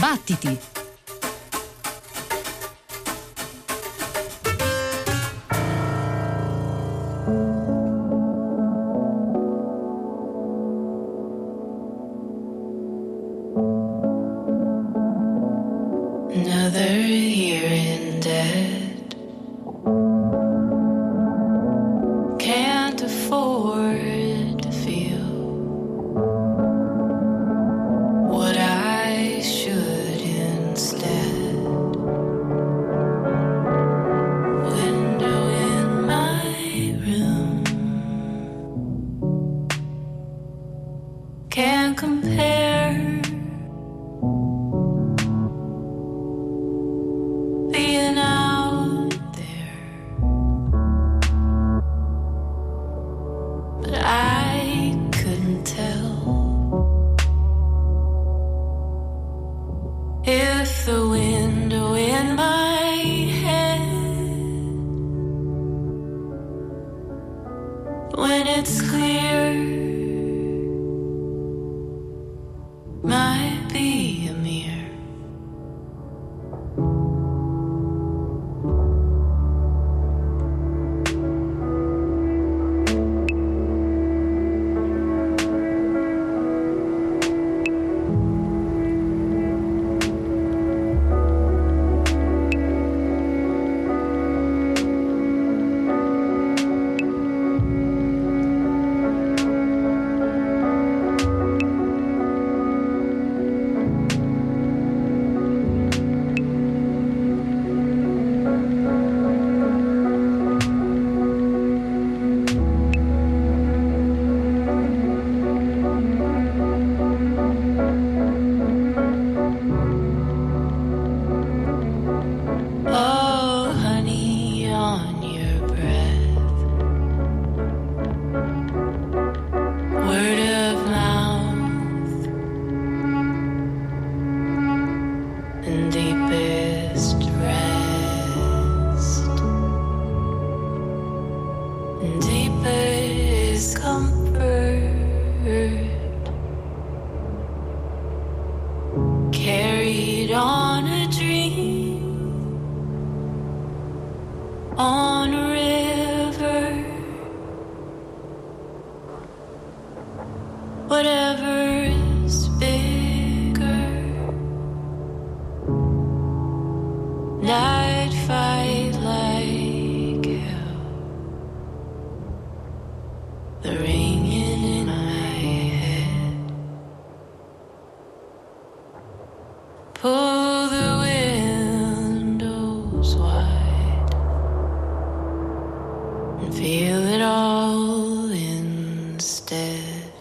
Battiti! Another year in debt. Can't afford to feel what I should instead. Window in my room can't compare. Being out there, but I couldn't tell if the window in my head, when it's clear, might be a mirror. Oh, honey, on your breath, word of mouth, and deepest rest, and deepest comfort, carried on a dream. On a river, whatever is bigger, night fight like hell, the ringing in my head, pull the windows wide, feel it all instead.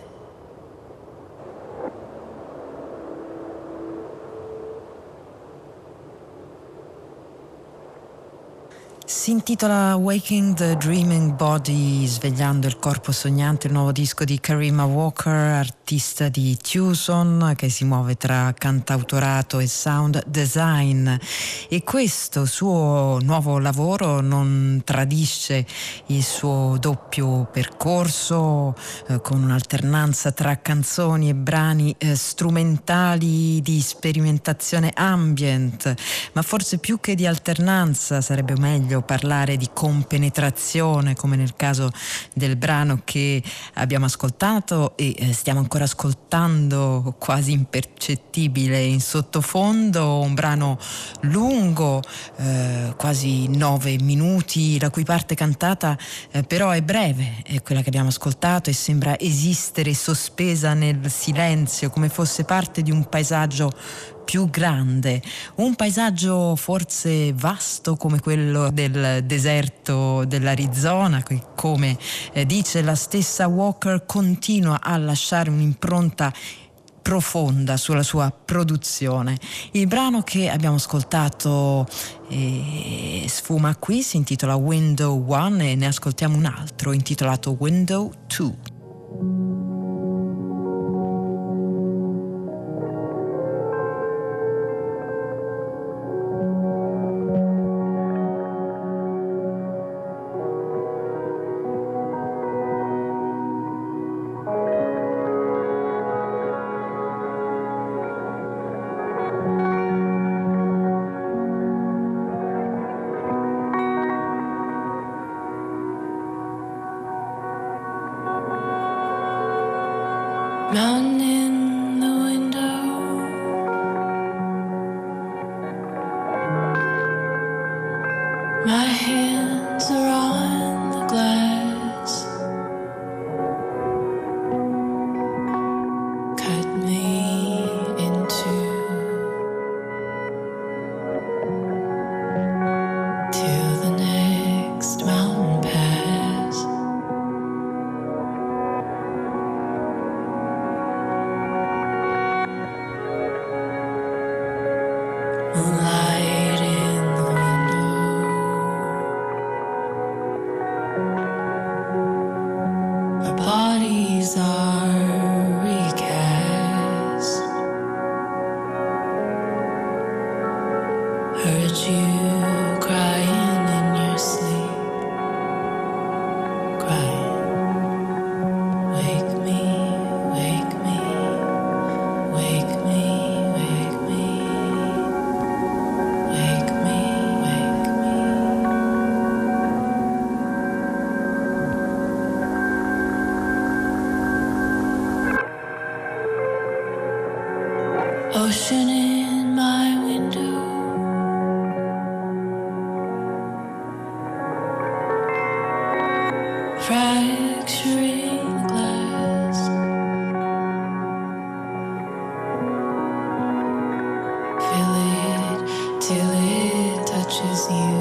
Si intitola Waking the Dreaming Body, svegliando il corpo sognante, il nuovo disco di Karima Walker, artista di Tucson che si muove tra cantautorato e sound design, e questo suo nuovo lavoro non tradisce il suo doppio percorso con un'alternanza tra canzoni e brani strumentali di sperimentazione ambient, ma forse più che di alternanza sarebbe meglio parlare di compenetrazione, come nel caso del brano che abbiamo ascoltato e stiamo ancora ascoltando, quasi impercettibile in sottofondo, un brano lungo, quasi 9 minuti, la cui parte cantata però è breve, è quella che abbiamo ascoltato, e sembra esistere sospesa nel silenzio, come fosse parte di un paesaggio più grande, un paesaggio forse vasto come quello del deserto dell'Arizona, che, come dice la stessa Walker, continua a lasciare un'impronta profonda sulla sua produzione. Il brano che abbiamo ascoltato sfuma qui, si intitola Window One, e ne ascoltiamo un altro intitolato Window Two. Mountain in the window, my hands are on the glass. Cut me into till the next mountain pass. Moonlight in the window, our bodies are recast. Heard you crying in your sleep, crying. Wake me, wake me, wake me, wake me, wake me, wake me. Ocean in my window, fracturing the glass. Feel it till it touches you.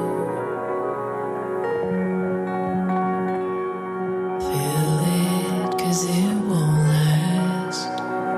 Feel it 'cause it won't last.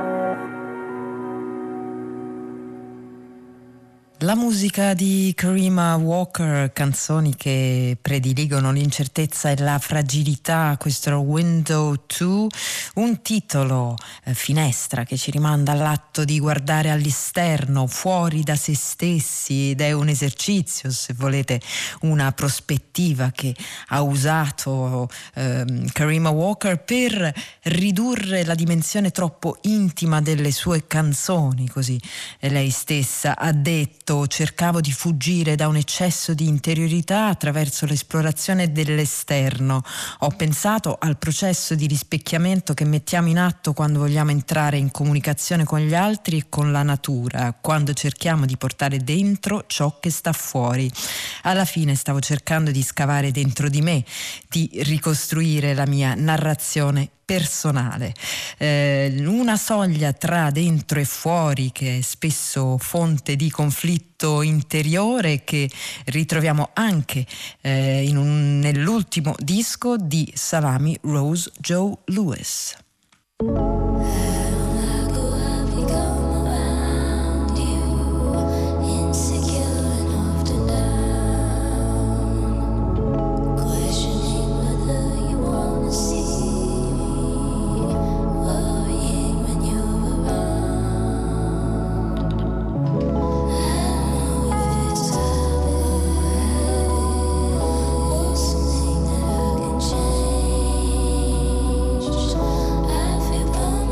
La musica di Karima Walker, canzoni che prediligono l'incertezza e la fragilità. Questo era Window 2, un titolo, finestra, che ci rimanda all'atto di guardare all'esterno, fuori da se stessi, ed è un esercizio, se volete, una prospettiva che ha usato Karima Walker per ridurre la dimensione troppo intima delle sue canzoni, così lei stessa ha detto. Cercavo di fuggire da un eccesso di interiorità attraverso l'esplorazione dell'esterno. Ho pensato al processo di rispecchiamento che mettiamo in atto quando vogliamo entrare in comunicazione con gli altri e con la natura, quando cerchiamo di portare dentro ciò che sta fuori. Alla fine stavo cercando di scavare dentro di me, di ricostruire la mia narrazione personale, una soglia tra dentro e fuori che è spesso fonte di conflitto interiore, che ritroviamo anche nell'ultimo disco di Salami, Rose Joe Louis. I feel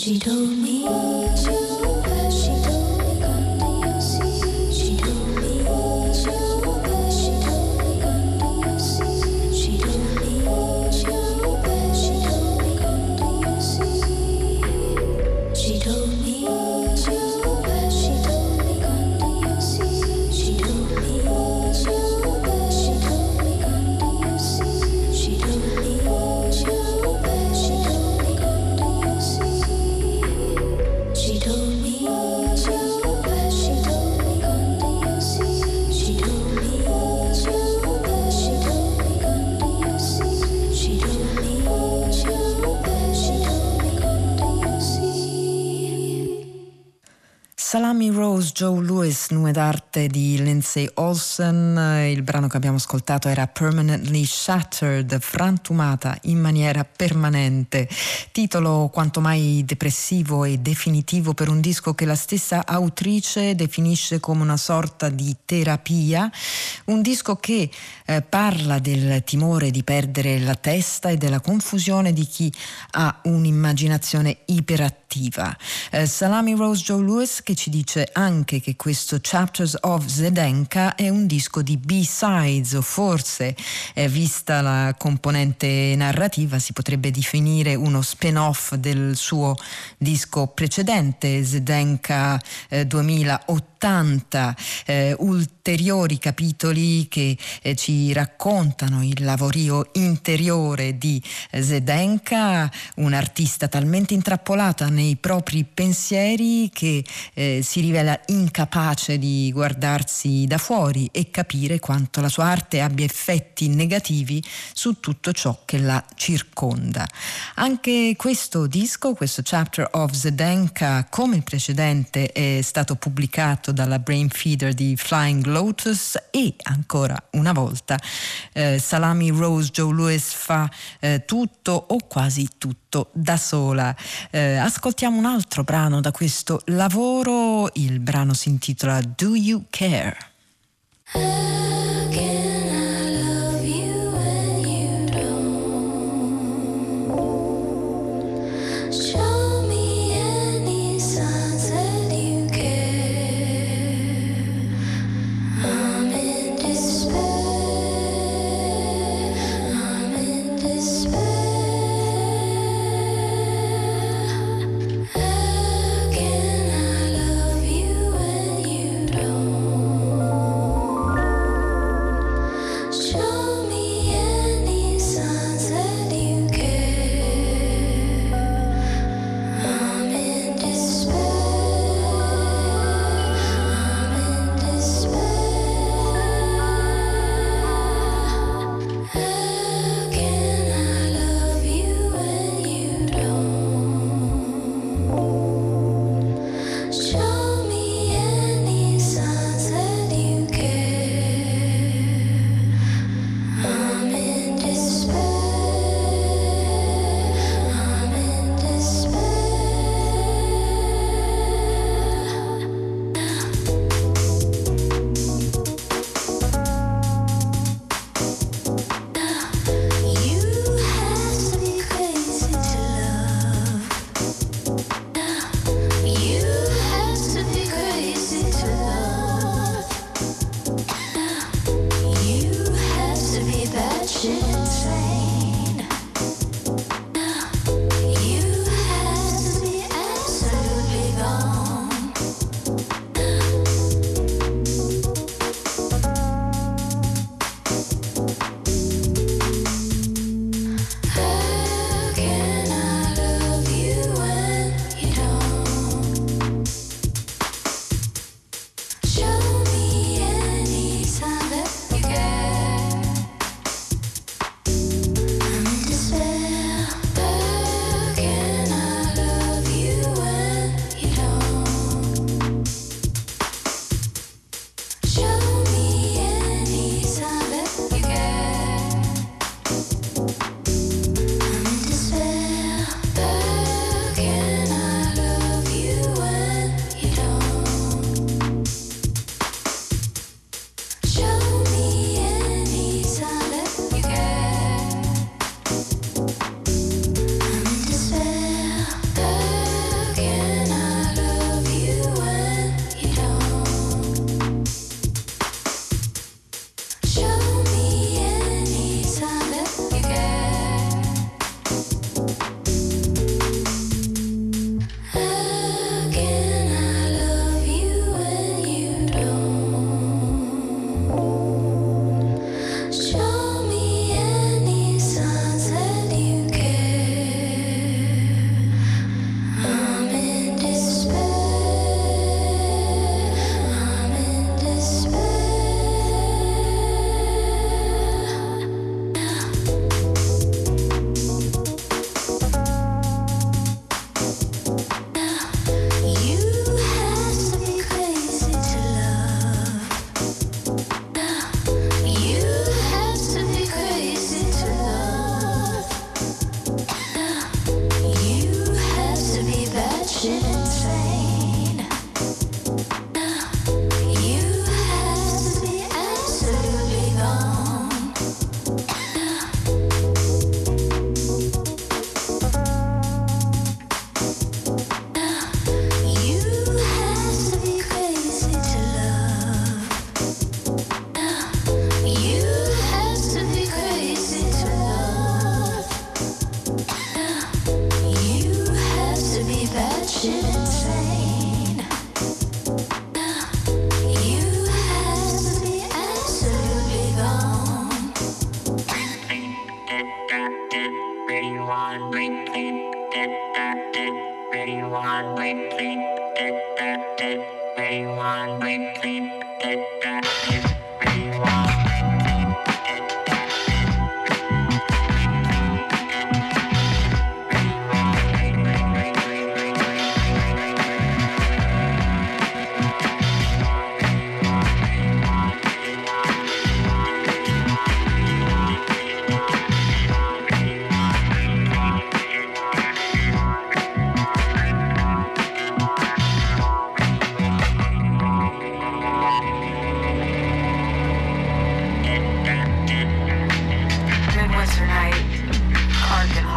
She told me to, she told me come to your seat. She told me to, she told me come to your seat. She told me to, she told me come to your seat. She told me to, she told me come to your seat. She told me to, she told me come to your seat. She told me to, she told me come to your seat. She told me to, she told me come to your seat. She told me to, she told me come to your seat. She told me to, she told me come to your seat. Salami Rose, Joe Louis, Nude d'arte di Lindsay Olsen. Il brano che abbiamo ascoltato era Permanently Shattered, frantumata in maniera permanente. Titolo quanto mai depressivo e definitivo per un disco che la stessa autrice definisce come una sorta di terapia. Un disco che parla del timore di perdere la testa e della confusione di chi ha un'immaginazione iperattiva. Salami Rose, Joe Louis, che ci dice anche che questo Chapters of Zdenka è un disco di B-sides, o forse, vista la componente narrativa, si potrebbe definire uno spin-off del suo disco precedente, Zdenka 2080, ulteriori capitoli che ci raccontano il lavorio interiore di Zdenka, un'artista talmente intrappolata nei propri pensieri che si rivela incapace di guardarsi da fuori e capire quanto la sua arte abbia effetti negativi su tutto ciò che la circonda. Anche questo disco, questo Chapter of Zdenka, come il precedente, è stato pubblicato dalla Brain Feeder di Flying Lotus, e ancora una volta Salami Rose, Joe Louis fa tutto o quasi tutto da sola. Ascoltiamo un altro brano da questo lavoro, il brano si intitola Do You Care? How can I love you when you don't? Show me any signs that you care. I'm in despair. I'm in despair. How can I love you when you don't?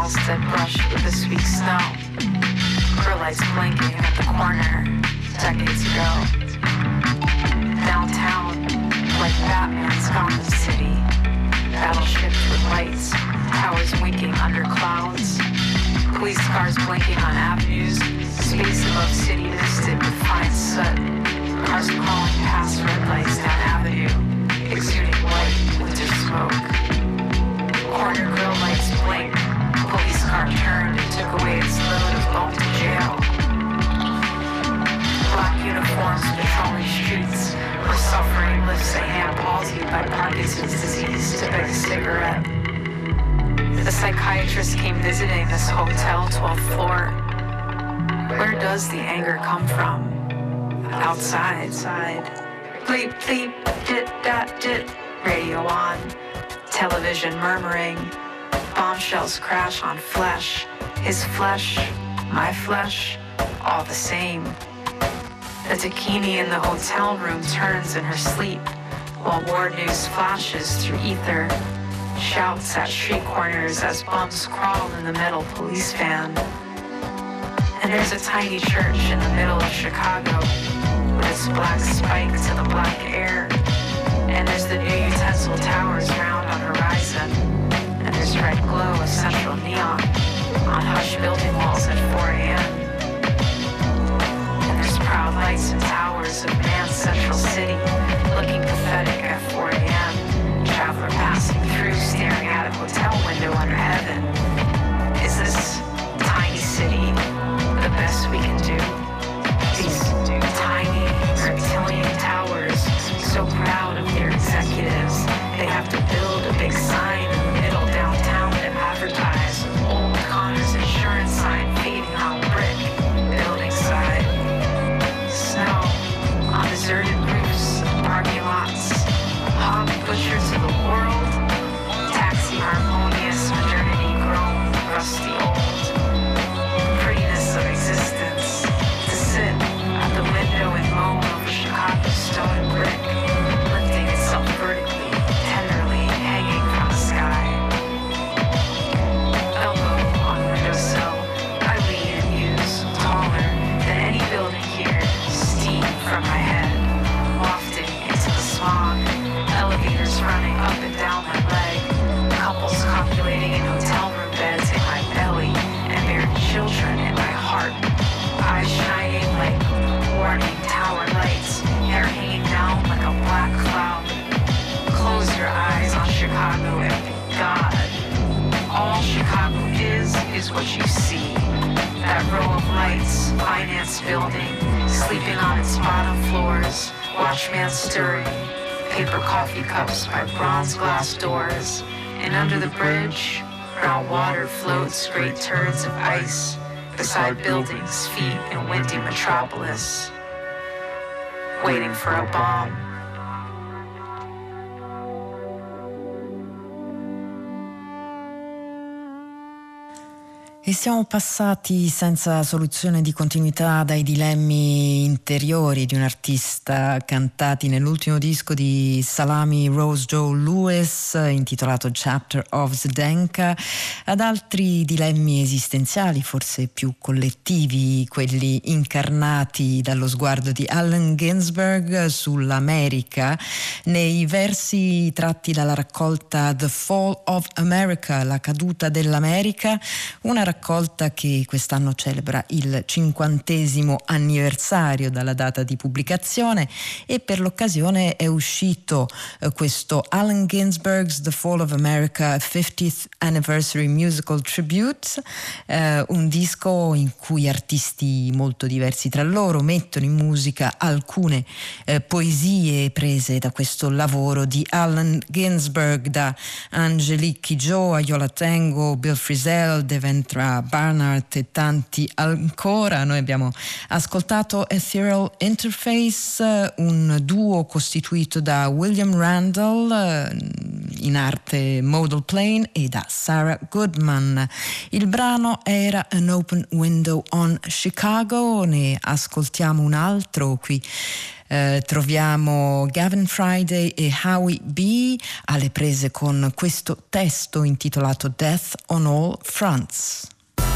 walls dead brushed with this week's snow. Grill lights blinking at the corner decades ago. Downtown, like Batman's Gotham City. Battleships with lights, towers winking under clouds. Police cars blinking on avenues. Space above city misted with fine soot. Cars crawling past red lights down avenue, exuding white winter smoke. Corner grill lights blink. Police car turned and took away its load of bone to jail. Black uniforms patrolling streets, where suffering lifts a hand palsied by Parkinson's disease to beg a cigarette. The psychiatrist came visiting this hotel, 12th floor. Where does the anger come from? Outside. Bleep, bleep, dit, dat, dit. Radio on. Television murmuring. Bombshells crash on flesh. His flesh, my flesh, all the same. The taquini in the hotel room turns in her sleep, while war news flashes through ether. Shouts at street corners as bumps crawl in the metal police van. And there's a tiny church in the middle of Chicago, with its black spike to the black air. And there's the new utensil towers round on horizon. And there's red glow of central neon on hushed building walls at 4 a.m. And there's proud lights and towers of Man's Central City, looking pathetic at 4 a.m. Traveler passing through, staring at a hotel window under heaven. Is this tiny city the best we can do? These tiny reptilian towers, so proud of their executives, they have to build a big sign in the middle downtown to advertise. Old Connor's insurance sign fading on brick, building side. Snow on deserted roofs, parking lots. Hog butcher to the world. Taxi harmonious, modernity grown, rusty old. Prettiness of existence. To sit at the window and moan over Chicago stone and brick, lifting itself vertically, tenderly hanging from the sky. Elbow on windowsill, I lean and muse, taller than any building here. Steam from my head, wafting into the smog. Elevators running up and down my leg. Couples copulating in hotel room beds in my belly, and buried children in my heart. Eyes shining like warning tower lights, hair hanging down like a black cloud. Close your eyes on Chicago and God. All Chicago is what you see. That row of lights, finance building, sleeping on its bottom floors, watchman stirring, paper coffee cups by bronze glass doors. And under the bridge, brown water floats great turds of ice beside buildings, feet in windy metropolis, waiting for a bomb. E siamo passati senza soluzione di continuità dai dilemmi interiori di un artista cantati nell'ultimo disco di Salami Rose Joe Lewis intitolato Chapter of Zdenka ad altri dilemmi esistenziali, forse più collettivi, quelli incarnati dallo sguardo di Allen Ginsberg sull'America nei versi tratti dalla raccolta The Fall of America, la caduta dell'America, una raccolta che quest'anno celebra il 50° anniversario dalla data di pubblicazione, e per l'occasione è uscito questo Allen Ginsberg's The Fall of America 50th Anniversary Musical Tribute, un disco in cui artisti molto diversi tra loro mettono in musica alcune poesie prese da questo lavoro di Allen Ginsberg, da Angelique Kidjo, Ayola Tengo, Bill Frisell, Devendra Barnard e tanti ancora. Noi abbiamo ascoltato Ethereal Interface, un duo costituito da William Randall, in arte Modal Plane, e da Sarah Goodman. Il brano era An Open Window on Chicago. Ne ascoltiamo un altro qui Troviamo Gavin Friday e Howie B alle prese con questo testo intitolato Death on All Fronts.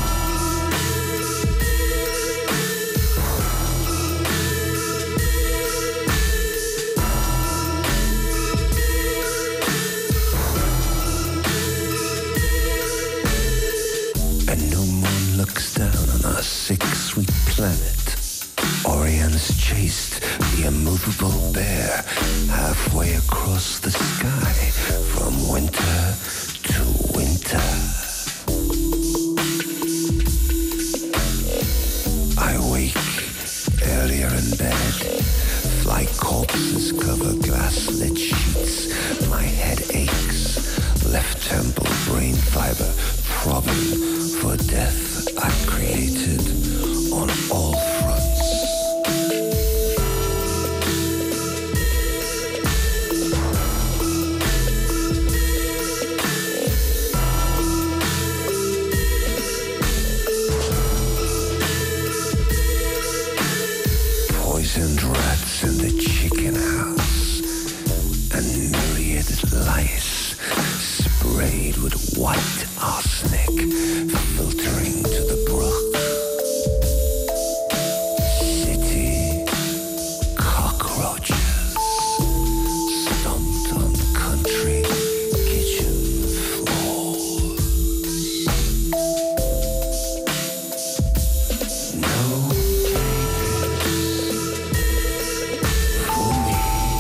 A new moon looks down on our sick, sweet planet. Orion's chased the immovable bear halfway across the sky from winter to winter. I wake earlier in bed. Fly corpses cover glass-lit sheets. My head aches. Left temple, brain fiber throbbing for death I created on all fronts. Poisoned rats in the chicken house and myriad lice sprayed with white arsenic filtering to the brook. City cockroaches stomped on country kitchen floors. No babies for me.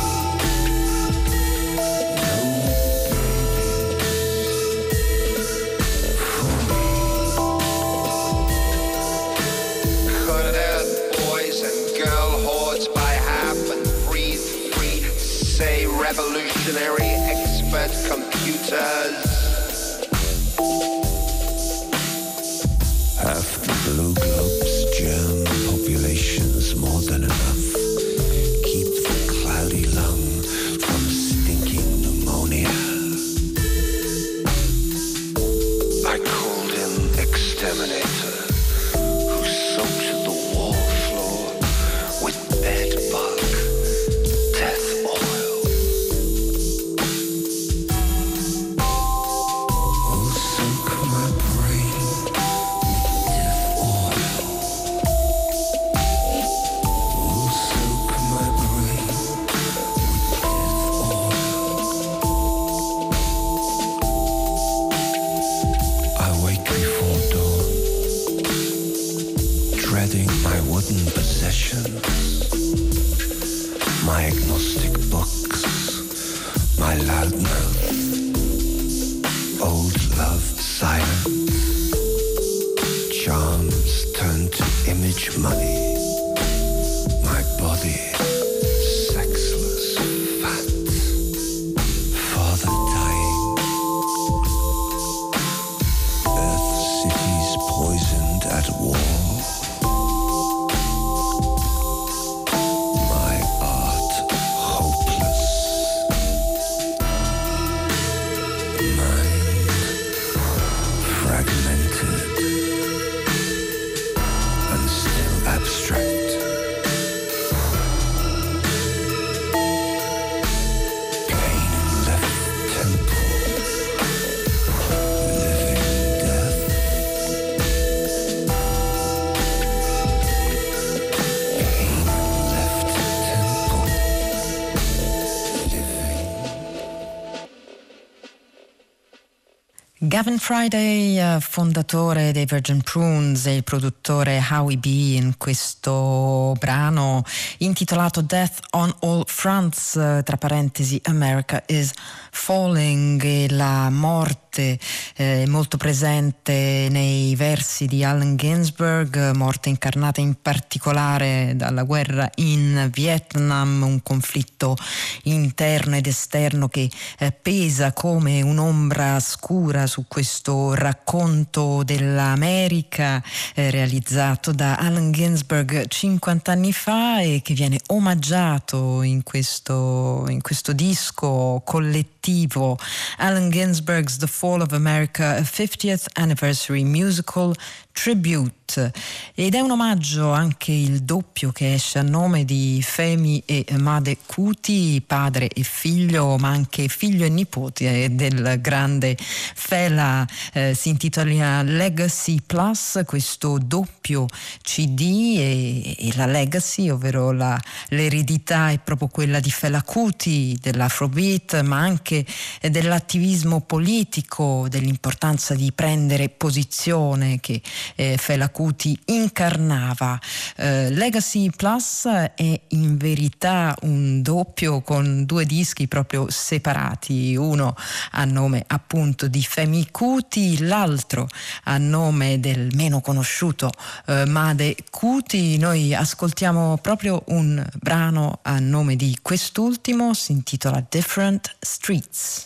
Cut out boys and girl hordes by half and breathe free. Say revolutionary expert computers. Half the blue globe's germ population's more than enough. Keep the cloudy lung from stinking pneumonia. I called in exterminator, who soaked the wall floor with bed bug death oil. Who soak my brain with death oil. Who soak my brain with death oil. I wake before dawn, dreading my wooden possessions, my agnostic books, my loud mouth, old love silent, charms turned to image money, my body sexless, fat, father dying, earth cities poisoned at war. My art hopeless. Mind fragmented and still abstract. Pain in left temple. Living death. Pain in left temple. Living. Gavin Friday, fondatore dei Virgin Prunes, e il produttore Howie B in questo brano intitolato Death on All Fronts, tra parentesi America is Falling, e la morte molto presente nei versi di Allen Ginsberg, morte incarnata in particolare dalla guerra in Vietnam, un conflitto interno ed esterno che pesa come un'ombra scura su questo racconto dell'America realizzato da Allen Ginsberg 50 anni fa e che viene omaggiato in questo disco collettivo Allen Ginsberg's The Fall of America, a 50th Anniversary Musical Tribute, ed è un omaggio anche il doppio che esce a nome di Femi e Made Kuti, padre e figlio, ma anche figlio e nipote del grande Fela. Si intitola Legacy Plus, questo doppio CD, e la legacy, ovvero l'eredità, è proprio quella di Fela Kuti, dell'Afrobeat, ma anche dell'attivismo politico, dell'importanza di prendere posizione che Fela Kuti incarnava. Legacy Plus è in verità un doppio con due dischi proprio separati, uno a nome appunto di Femi Kuti, l'altro a nome del meno conosciuto Made Kuti. Noi ascoltiamo proprio un brano a nome di quest'ultimo, si intitola Different Streets.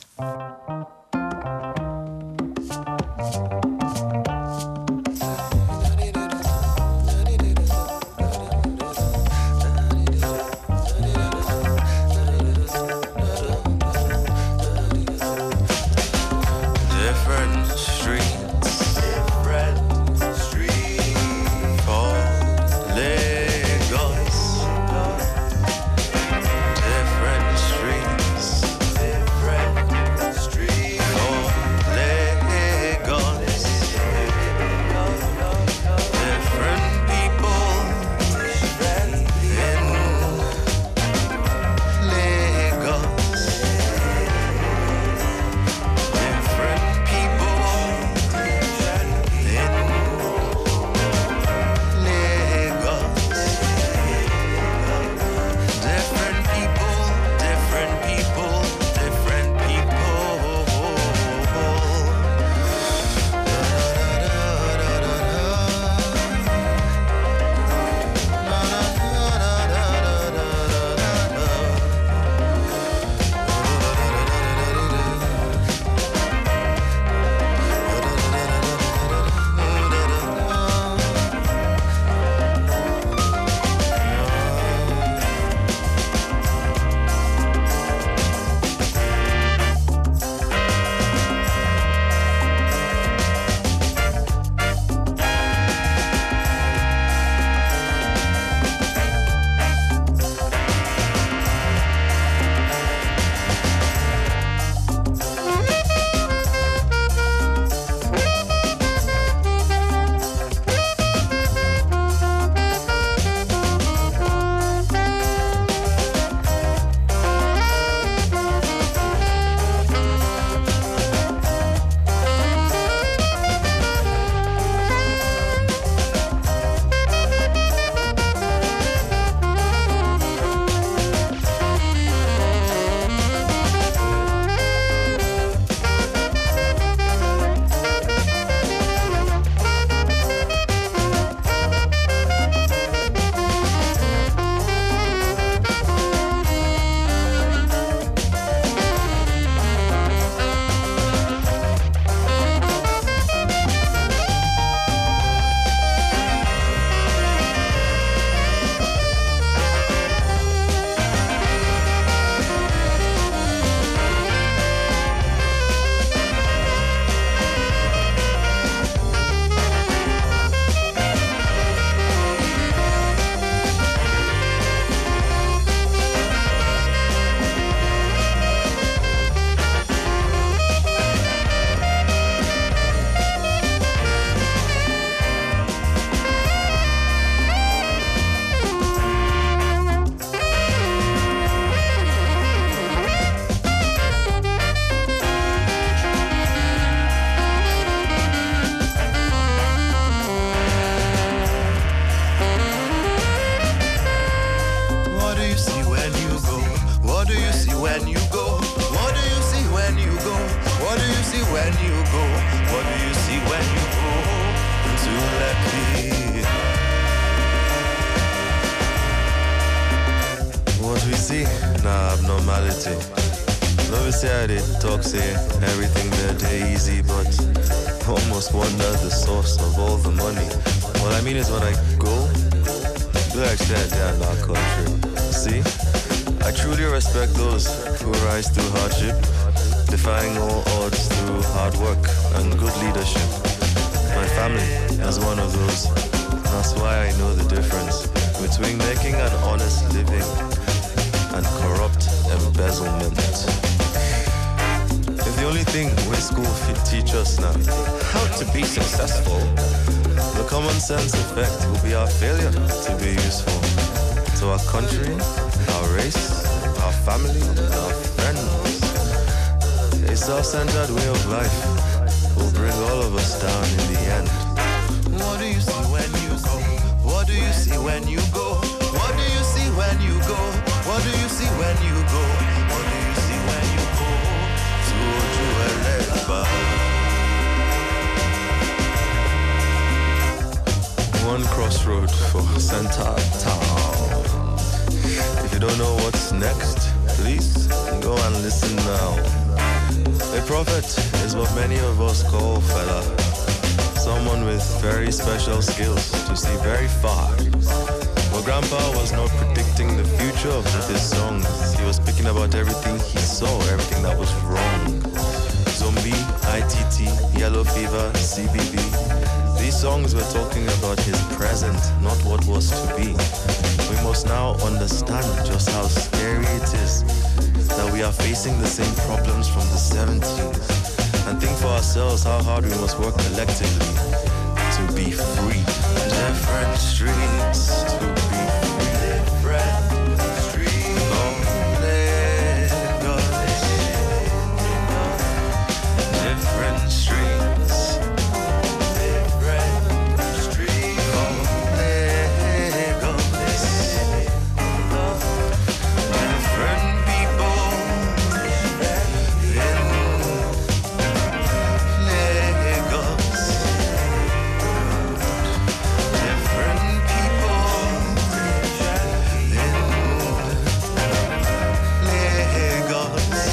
abnormality. Let me say I did talk, say everything there easy, but almost wonder the source of all the money. What I mean is when I go, do I extend there in our country? See, I truly respect those who rise through hardship, defying all odds through hard work and good leadership. My family as one of those. That's why I know the difference between making an honest living and corrupt embezzlement. If the only thing with school teach us now how to be successful, the common sense effect will be our failure to be useful to our country, our race, our family, our friends. A self-centered way of life will bring all of us down in the end. What do you see when you go? What do you see when you go? What do you see when you go? What do you see when you go? What do you see when you go? To Ojuelegba. One crossroad for center town. If you don't know what's next, please go and listen now. A prophet is what many of us call fella. Someone with very special skills to see very far. Well, Grandpa was not predicting the future with his songs. He was speaking about everything he saw, everything that was wrong. Zombie, ITT, Yellow Fever, CBB. These songs were talking about his present, not what was to be. We must now understand just how scary it is that we are facing the same problems from the 70s. And think for ourselves how hard we must work collectively to be free. Different streets to be free. Different streets of Lagos. Different streets. Different streets of Lagos. Different people in Lagos. Different people in Lagos.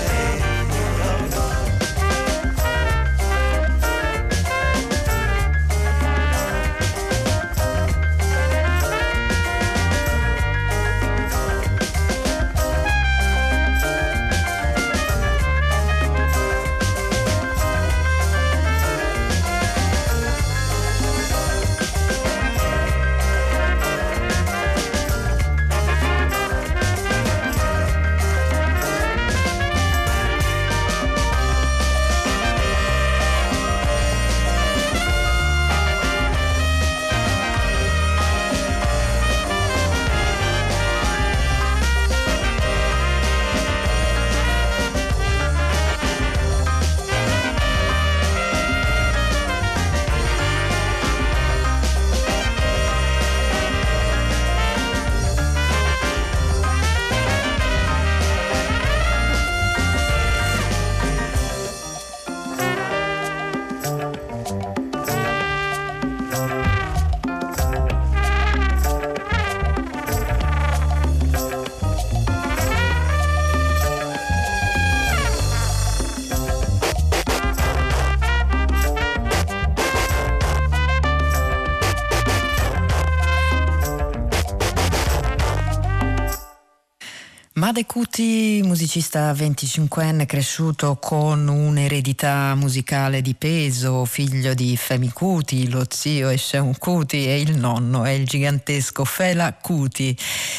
Made Kuti, musicista 25enne cresciuto con un'eredità musicale di peso, figlio di Femi Kuti, lo zio è Seun Kuti e il nonno è il gigantesco Fela Kuti.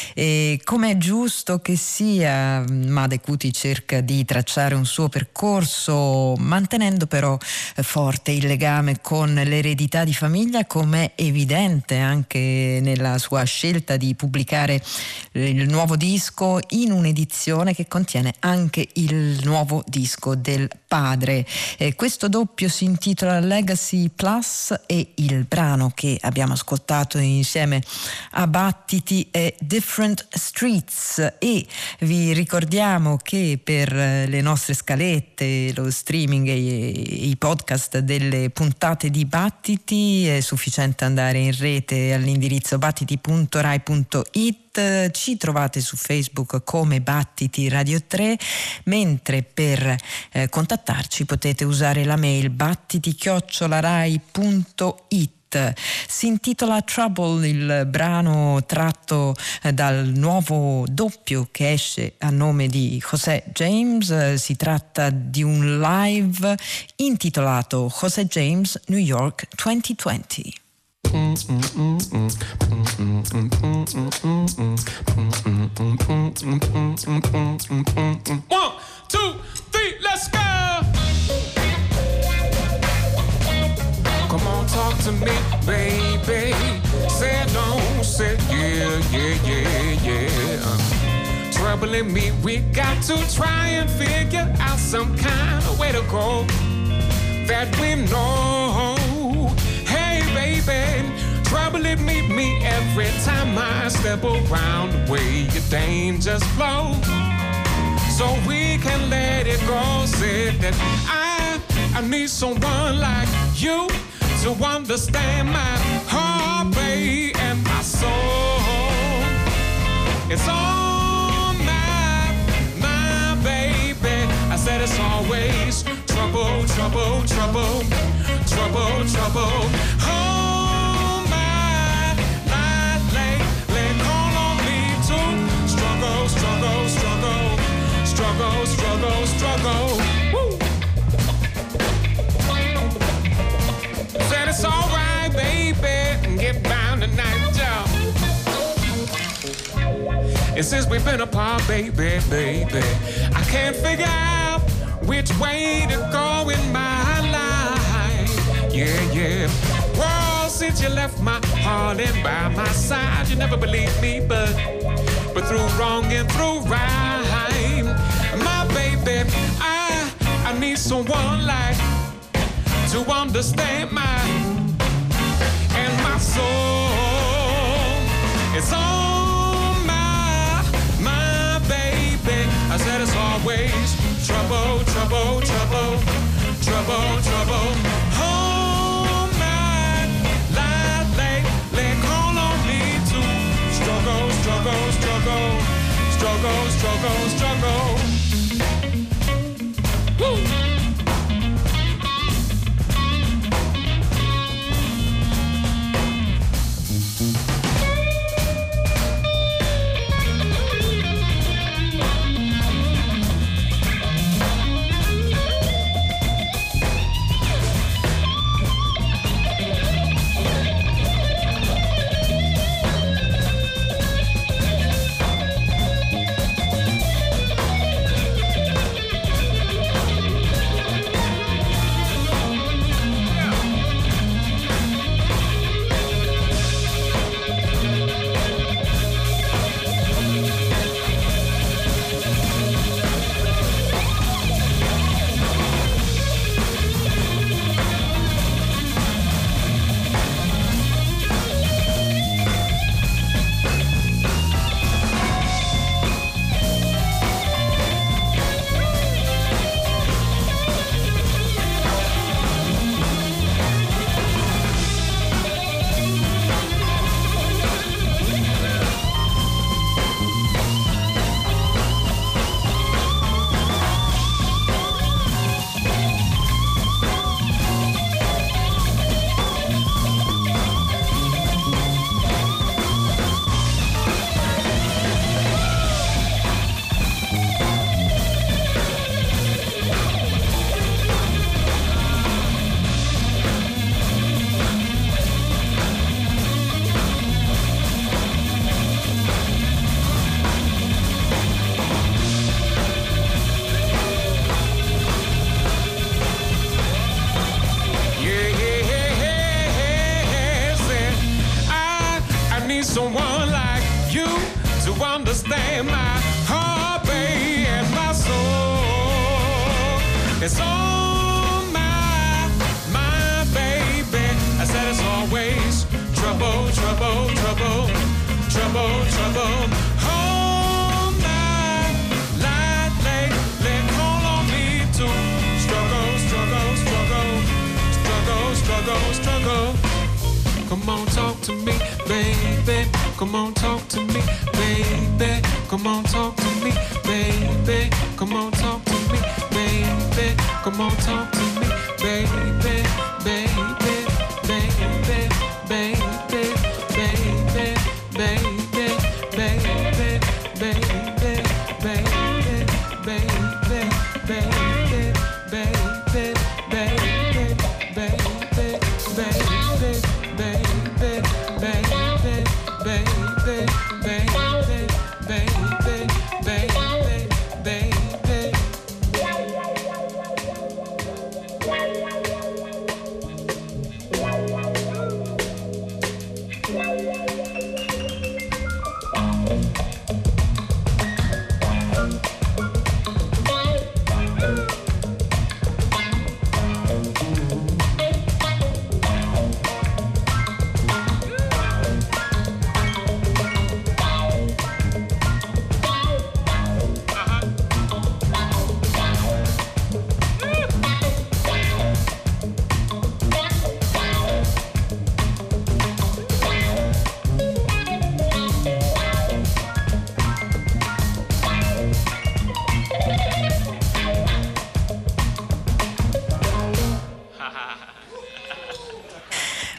E come è giusto che sia, Made Kuti cerca di tracciare un suo percorso mantenendo però forte il legame con l'eredità di famiglia, come è evidente anche nella sua scelta di pubblicare il nuovo disco in un'edizione che contiene anche il nuovo disco del padre. Questo doppio si intitola Legacy Plus e il brano che abbiamo ascoltato insieme a Battiti è Different Streets. E vi ricordiamo che per le nostre scalette, lo streaming e i podcast delle puntate di Battiti è sufficiente andare in rete all'indirizzo battiti.rai.it. Ci trovate su Facebook come Battiti Radio 3, mentre per contattarci potete usare la mail battiti@rai.it. Si intitola Trouble, il brano tratto dal nuovo doppio che esce a nome di José James. Si tratta di un live intitolato José James New York 2020. 1, 2, 3, let's go! Come on, talk to me, baby. Say don't say yeah. Troubling me, we got to try and figure out some kind of way to go that we know. Hey, baby, troubling me every time I step around the way your dangers flow. So we can let it go. Said that I need someone like you to understand my heart, babe, and my soul. It's all my baby. I said it's always trouble. Oh my lady, call on me to struggle. Woo. Said it's alright, baby, get down tonight, y'all. And since we've been apart, baby, I can't figure out which way to go in my life. Yeah. Well, since you left my heart and by my side, you never believed me, but through wrong and through right, my baby, I need someone like to understand my soul. It's all my baby. I said it's always trouble. Oh my lady, call on me to struggle. Woo. Someone like you to understand my heart, babe, and my soul. It's all my baby. I said it's always trouble. Oh my lady, call on me to struggle. Come on, talk to me, baby. Come on, talk to me, baby. Come on, talk to me, baby. Come on, talk to me, baby. Come on, talk to me, baby.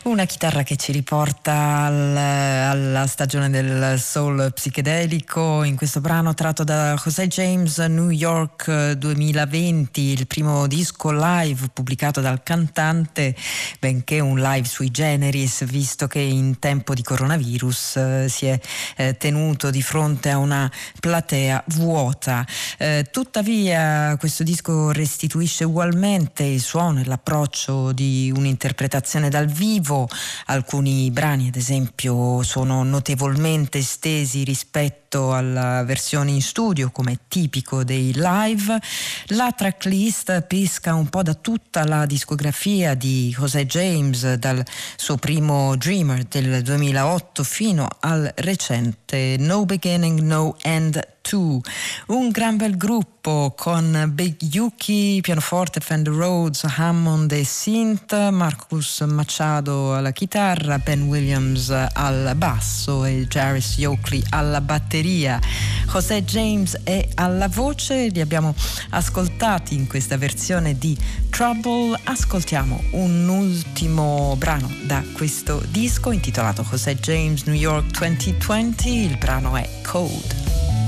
Una chitarra che ci riporta alla stagione del soul psichedelico, in questo brano tratto da José James, New York 2020, il primo disco live pubblicato dal cantante, benché un live sui generis, visto che in tempo di coronavirus si è tenuto di fronte a una platea vuota. Tuttavia questo disco restituisce ugualmente il suono e l'approccio di un'interpretazione dal vivo. Alcuni brani, ad esempio, sono notevolmente estesi rispetto alla versione in studio, come è tipico dei live. La tracklist pesca un po' da tutta la discografia di José James, dal suo primo Dreamer del 2008 fino al recente No Beginning, No End 2, un gran bel gruppo con Big Yuki, pianoforte, Fender Rhodes, Hammond e synth, Marcus Machado alla chitarra, Ben Williams al basso e Jarvis Yoakley alla batteria. José James è alla voce, li abbiamo ascoltati in questa versione di Trouble. Ascoltiamo un ultimo brano da questo disco intitolato José James New York 2020, il brano è Code.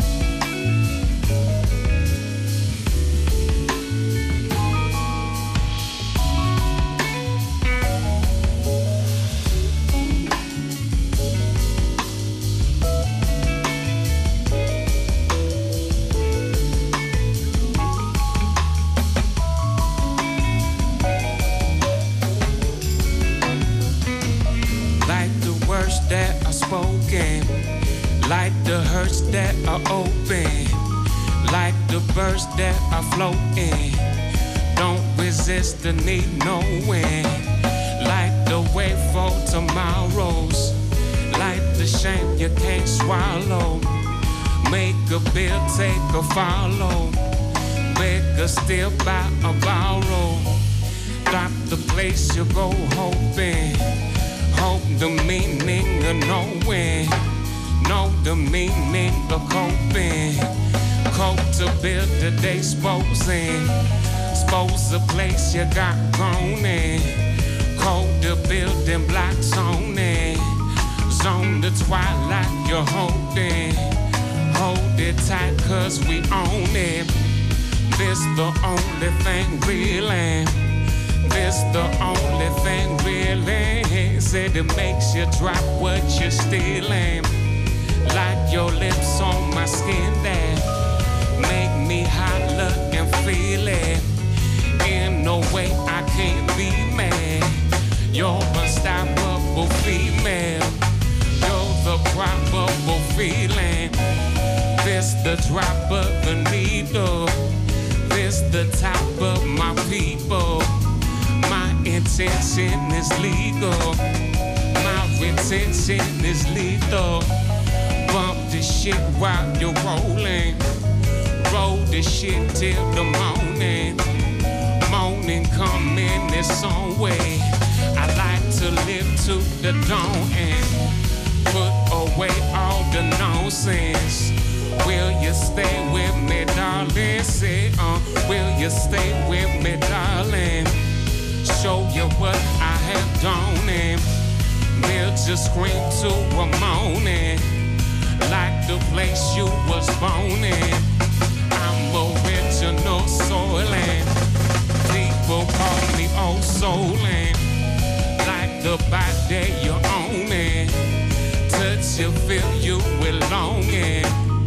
That are spoken, like the hurts that are open, like the birds that are floating. Don't resist the need knowing, like the way for tomorrows, like the shame you can't swallow. Make a bill, take a follow, beg a steal, buy a borrow. Drop the place you go hoping. Hope the meaning of knowing, know the meaning of coping. Cope to build the day supposing, suppose the place you got grown in. Code the building blocks on it, zone the twilight you're holding. Hold it tight cause we own it. This the only thing really. This the only thing really. Said it makes you drop what you're stealing. Like your lips on my skin that make me holler and feel it. In no way I can't be mad. You're unstoppable female. You're the probable feeling. This the drop of the needle. This the top of my people. My intention is legal. My retention is lethal. Bump this shit while you're rolling. Roll this shit till the morning. Morning come in its own way. I like to live to the dawn and put away all the nonsense. Will you stay with me, darling? Say, will you stay with me, darling? Show you what I have done and we'll just scream to a morning like the place you was born in. I'm original soiling. People call me old soulin'. Like the body you own it. Touch you, feel you with longing.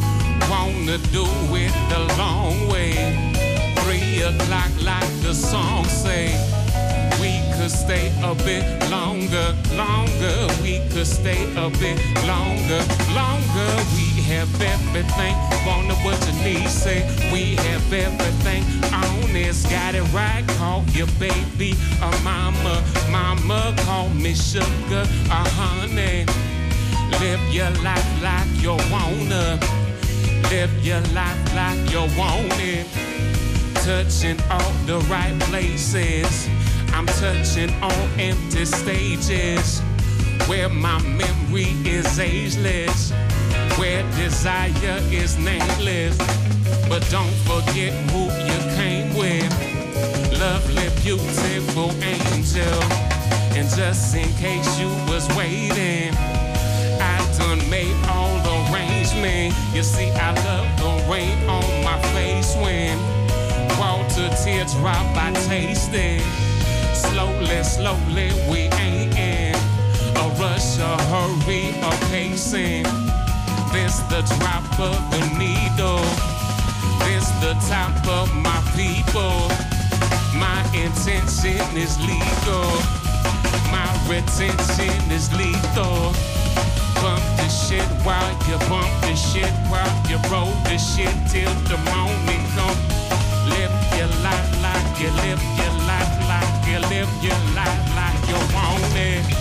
Wanna do it the long way. 3 o'clock like the song say. We could stay a bit longer, longer. We could stay a bit longer, longer. We have everything, wanna what you need, say. We have everything on this, got it right. Call your baby a mama, mama. Call me sugar, a honey. Live your life like you wanna. Live your life like you want it. Touching all the right places. I'm touching on empty stages where my memory is ageless, where desire is nameless. But don't forget who you came with. Lovely, beautiful angel. And just in case you was waiting, I done made all the arrangements. You see, I love the rain on my face when water teardrop I taste it. Slowly, slowly, we ain't in a rush, a hurry, or pacing. This the drop of the needle. This the top of my people. My intention is legal. My retention is lethal. Bump the shit while you bump the shit while you roll the shit till the moment come. Live your life like you live your life like you live your life like you want it.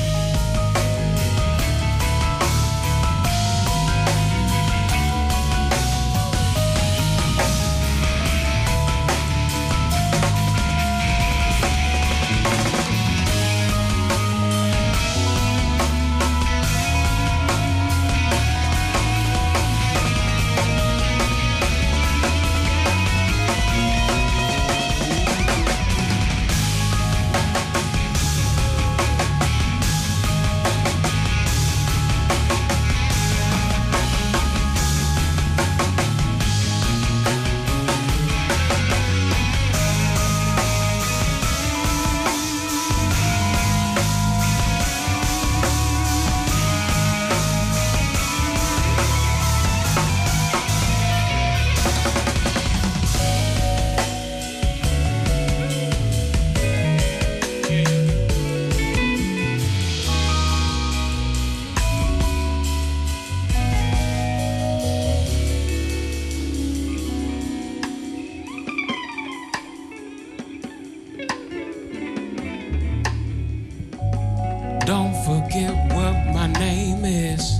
Don't forget what my name is.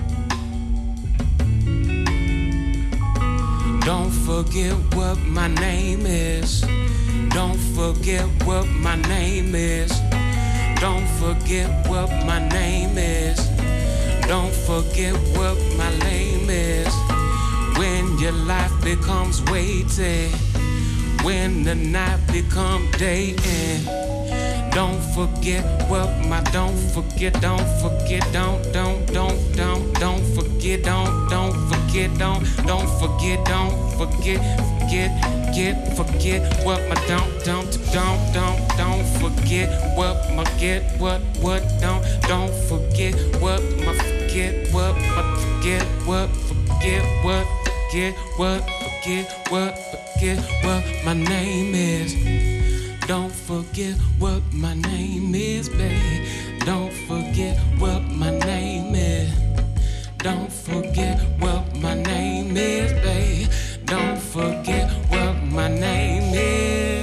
Don't forget what my name is. Don't forget what my name is. Don't forget what my name is. Don't forget what my name is. When your life becomes weighted, when the night becomes day and don't forget what my don't forget don't forget don't forget don't forget forget what my don't forget what my get what don't forget what my forget what my forget what my name is. Don't forget what my name is, babe. Don't forget what my name is. Don't forget what my name is, babe. Don't forget what my name is.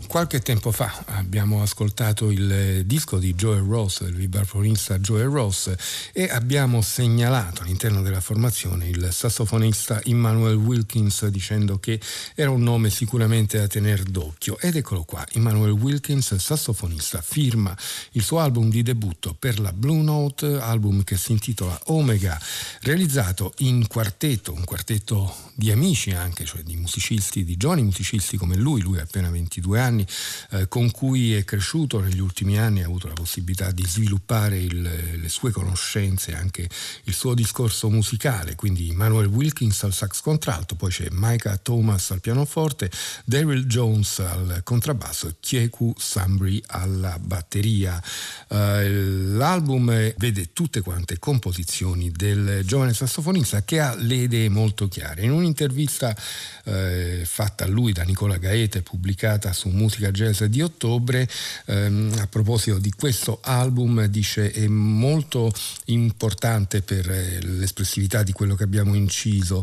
Qualche tempo fa abbiamo ascoltato il disco di Joel Ross, del vibrafonista Joel Ross, e abbiamo segnalato all'interno della formazione il sassofonista Immanuel Wilkins, dicendo che era un nome sicuramente da tener d'occhio. Ed eccolo qua, Immanuel Wilkins, sassofonista, firma il suo album di debutto per la Blue Note, album che si intitola Omega, realizzato in quartetto, un quartetto di amici anche, cioè di musicisti, di giovani musicisti come lui ha appena 22 anni, con cui è cresciuto negli ultimi anni, ha avuto la possibilità di sviluppare le sue conoscenze, anche il suo discorso musicale. Quindi Immanuel Wilkins al sax contralto, poi c'è Micah Thomas al pianoforte, Daryl Jones al contrabbasso e Kieku Sambri alla batteria. L'album vede tutte quante composizioni del giovane sassofonista, che ha le idee molto chiare. In un'intervista fatta a lui da Nicola Gaete, pubblicata su Musica Jazz di ottobre, a proposito di questo album, dice: è molto importante per l'espressività di quello che abbiamo inciso.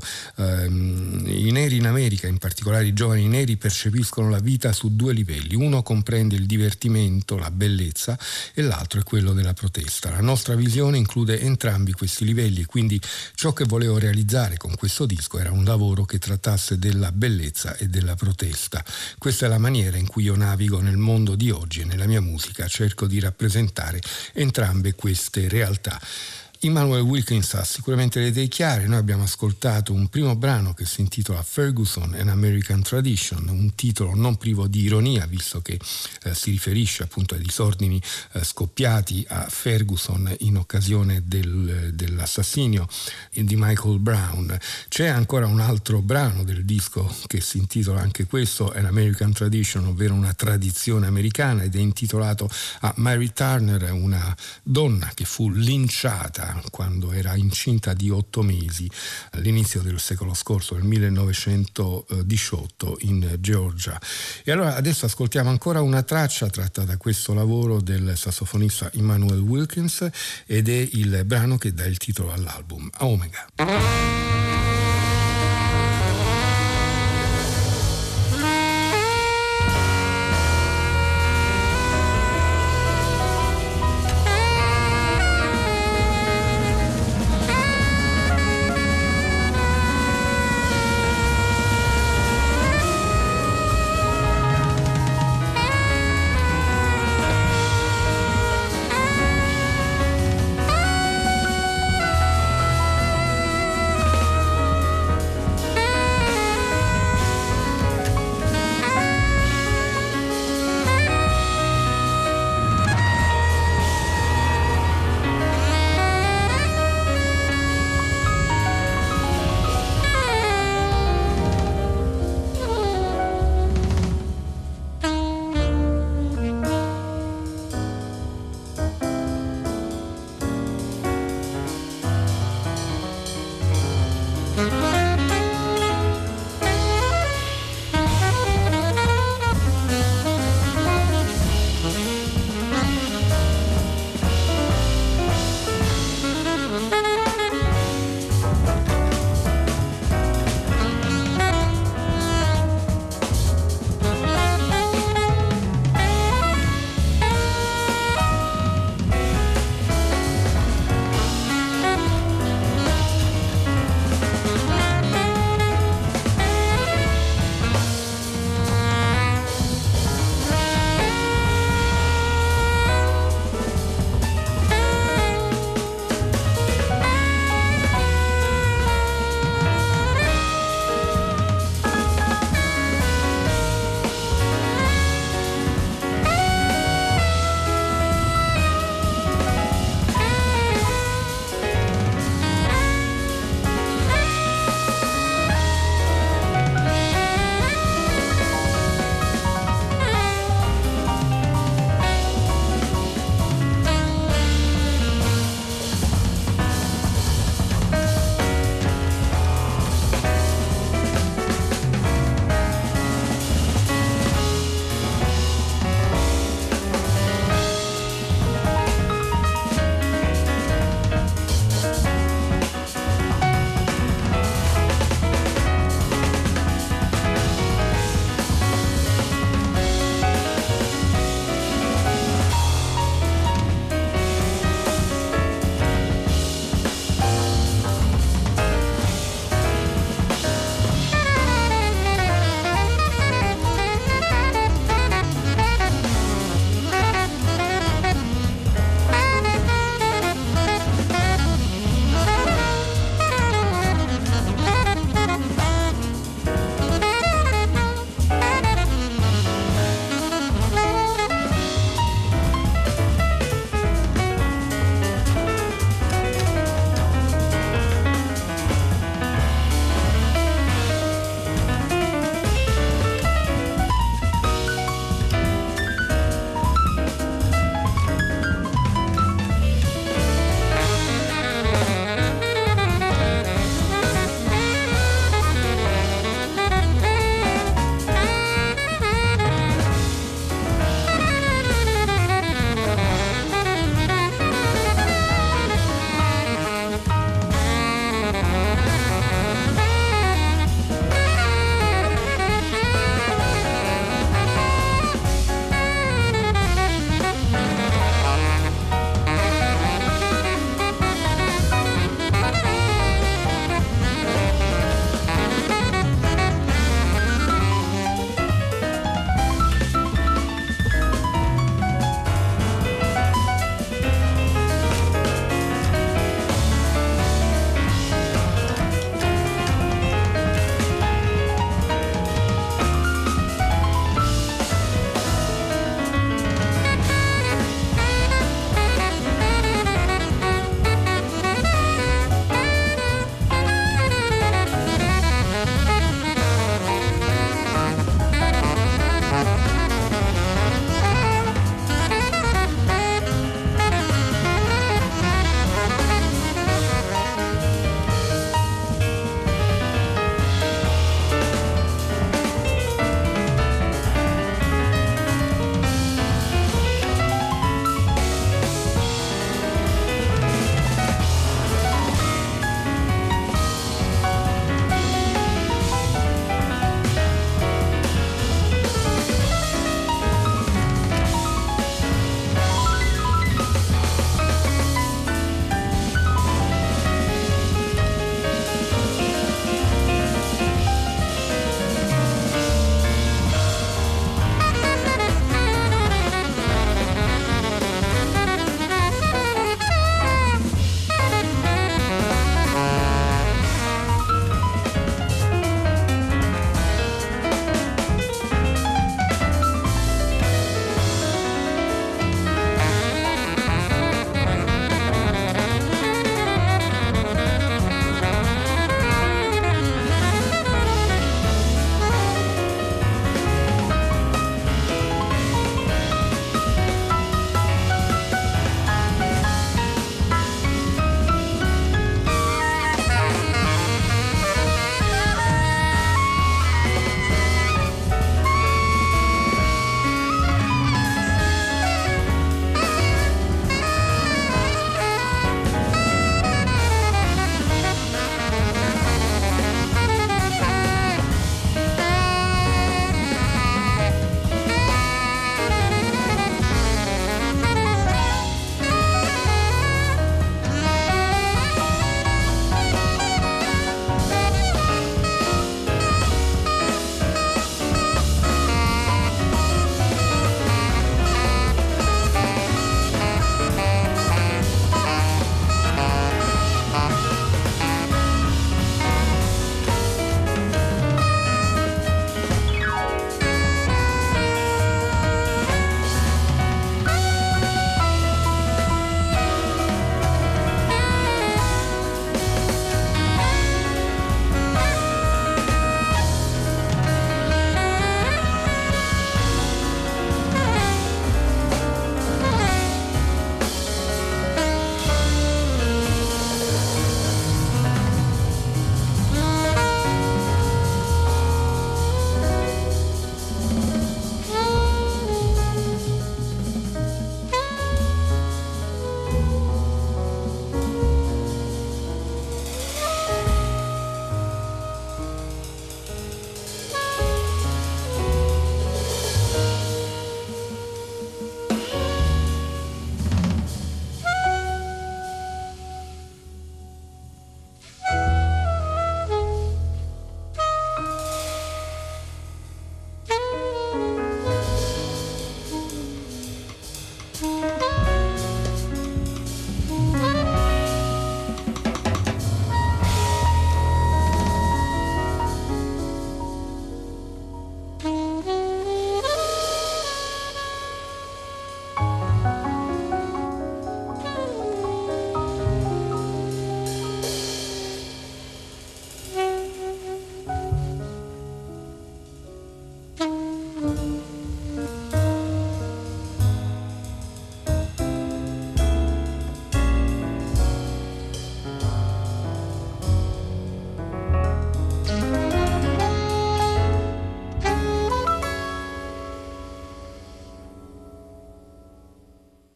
I neri in America, in particolare i giovani neri, percepiscono la vita su due livelli: uno comprende il divertimento, la bellezza, e l'altro è quello della protesta. La nostra visione include entrambi questi livelli, e quindi ciò che volevo realizzare con questo disco era un lavoro che trattasse della bellezza e della protesta. Questa è la maniera in cui io navigo nel mondo di oggi e nella mia musica cerco di rappresentare entrambe queste realtà. Immanuel Wilkins ha sicuramente le idee chiare. Noi abbiamo ascoltato un primo brano che si intitola Ferguson, An American Tradition, un titolo non privo di ironia, visto che si riferisce appunto ai disordini scoppiati a Ferguson in occasione dell'assassinio di Michael Brown. C'è ancora un altro brano del disco che si intitola anche questo An American Tradition, ovvero una tradizione americana, ed è intitolato a Mary Turner, una donna che fu linciata quando era incinta di 8 mesi all'inizio del secolo scorso, nel 1918, in Georgia. E allora adesso ascoltiamo ancora una traccia tratta da questo lavoro del sassofonista Immanuel Wilkins, ed è il brano che dà il titolo all'album, Omega.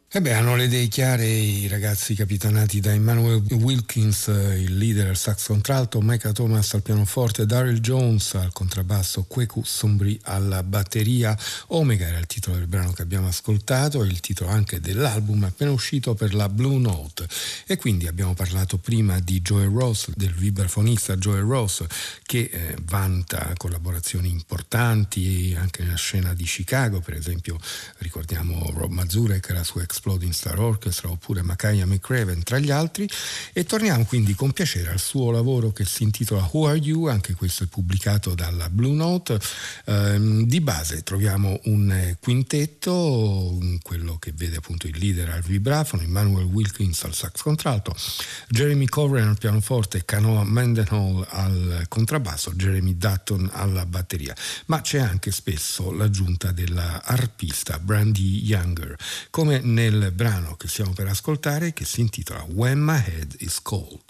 Hanno le idee chiare i ragazzi capitanati da Emmanuel Wilkins, il leader al sax contralto, Micah Thomas al pianoforte, Daryl Jones al contrabbasso, Kweku Sombri alla batteria. Omega era il titolo del brano che abbiamo ascoltato, il titolo anche dell'album appena uscito per la Blue Note. E quindi abbiamo parlato prima di Joel Ross, del vibrafonista Joel Ross, che vanta collaborazioni importanti anche nella scena di Chicago, per esempio ricordiamo Rob Mazurek e la sua Exploding Star Orchestra, oppure Makaya McCraven tra gli altri. E torniamo quindi con piacere al suo lavoro che si intitola Who Are You, anche questo è pubblicato dalla Blue Note. Di base troviamo un quintetto, quello che vede appunto il leader al vibrafono, Emmanuel Wilkins al sax contralto, Jeremy Corbin al pianoforte, Canoa Mendenhall al contrabbasso, Jeremy Dutton alla batteria, ma c'è anche spesso l'aggiunta della arpista Brandy Younger, come nel brano che stiamo per ascoltare, che si intitola When My Head Is Cold.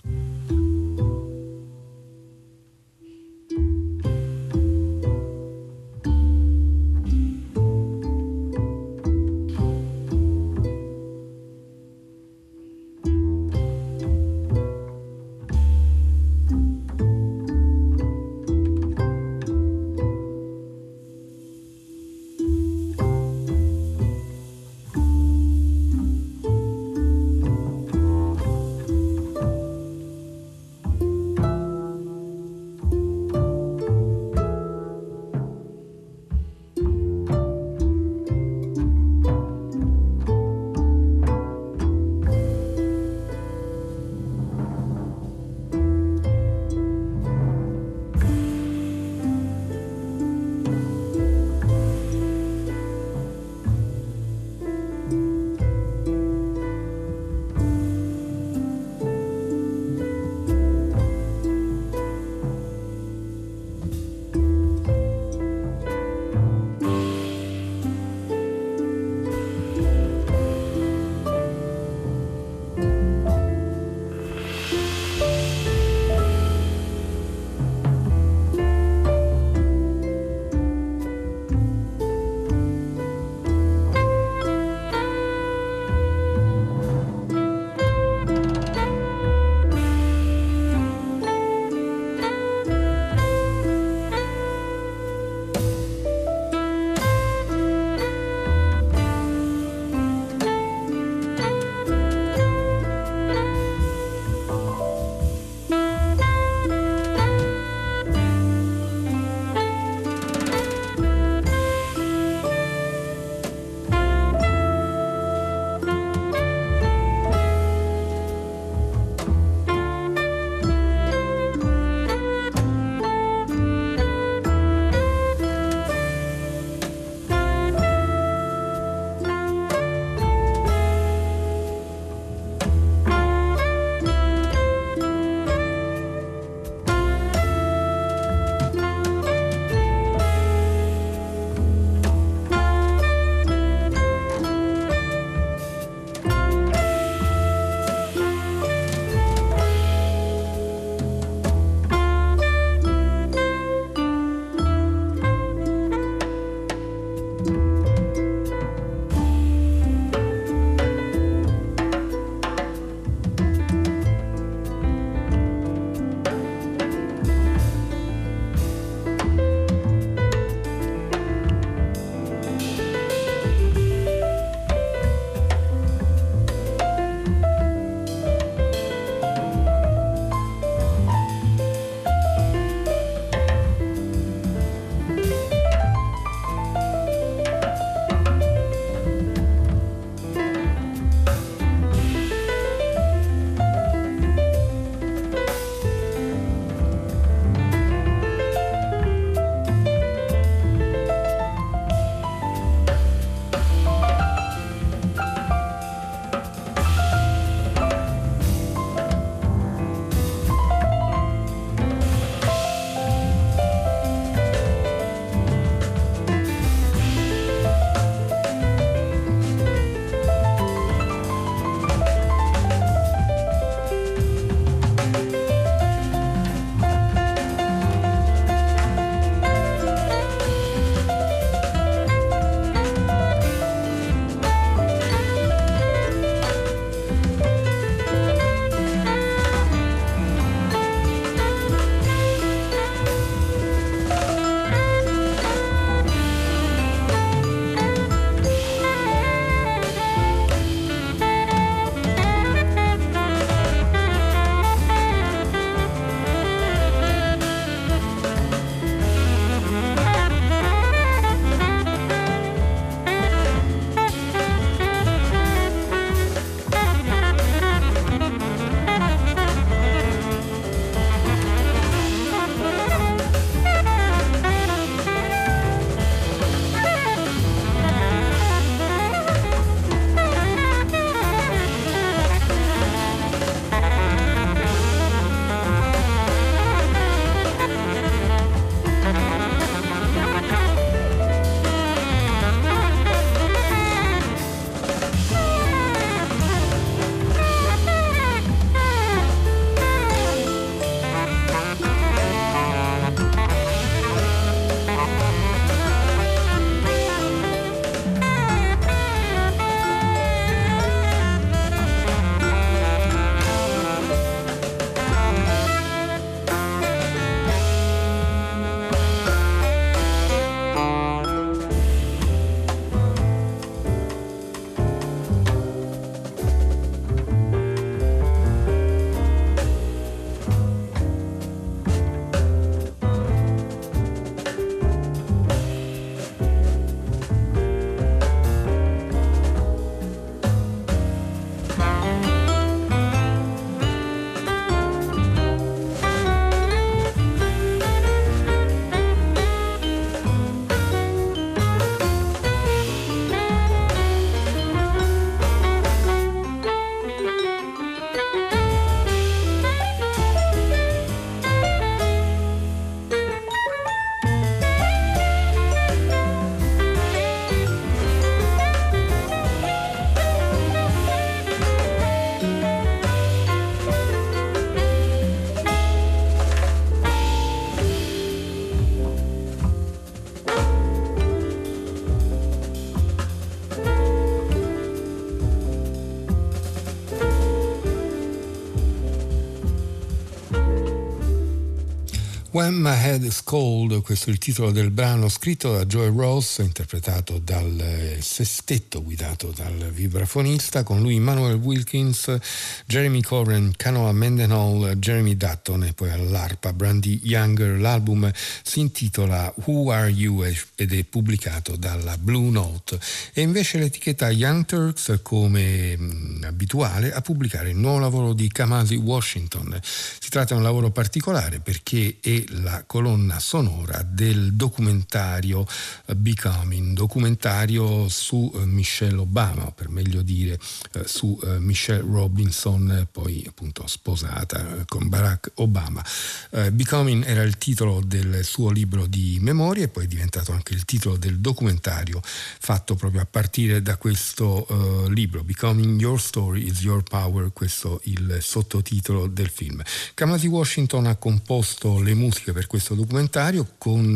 When My Head is Cold, questo è il titolo del brano scritto da Joe Ross, interpretato dal sestetto guidato dal vibrafonista, con lui Manuel Wilkins, Jeremy Coren, Canoa Mendenhall, Jeremy Dutton e poi all'arpa Brandy Younger. L'album si intitola Who Are You ed è pubblicato dalla Blue Note. E invece l'etichetta Young Turks, come abituale, a pubblicare il nuovo lavoro di Kamasi Washington. Si tratta di un lavoro particolare perché è la colonna sonora del documentario Becoming, documentario su Michelle Obama, o per meglio dire su Michelle Robinson, poi appunto sposata con Barack Obama. Becoming era il titolo del suo libro di memorie e poi è diventato anche il titolo del documentario fatto proprio a partire da questo libro. Becoming Your Story is Your Power, questo il sottotitolo del film. Kamasi Washington ha composto le musiche per questo documentario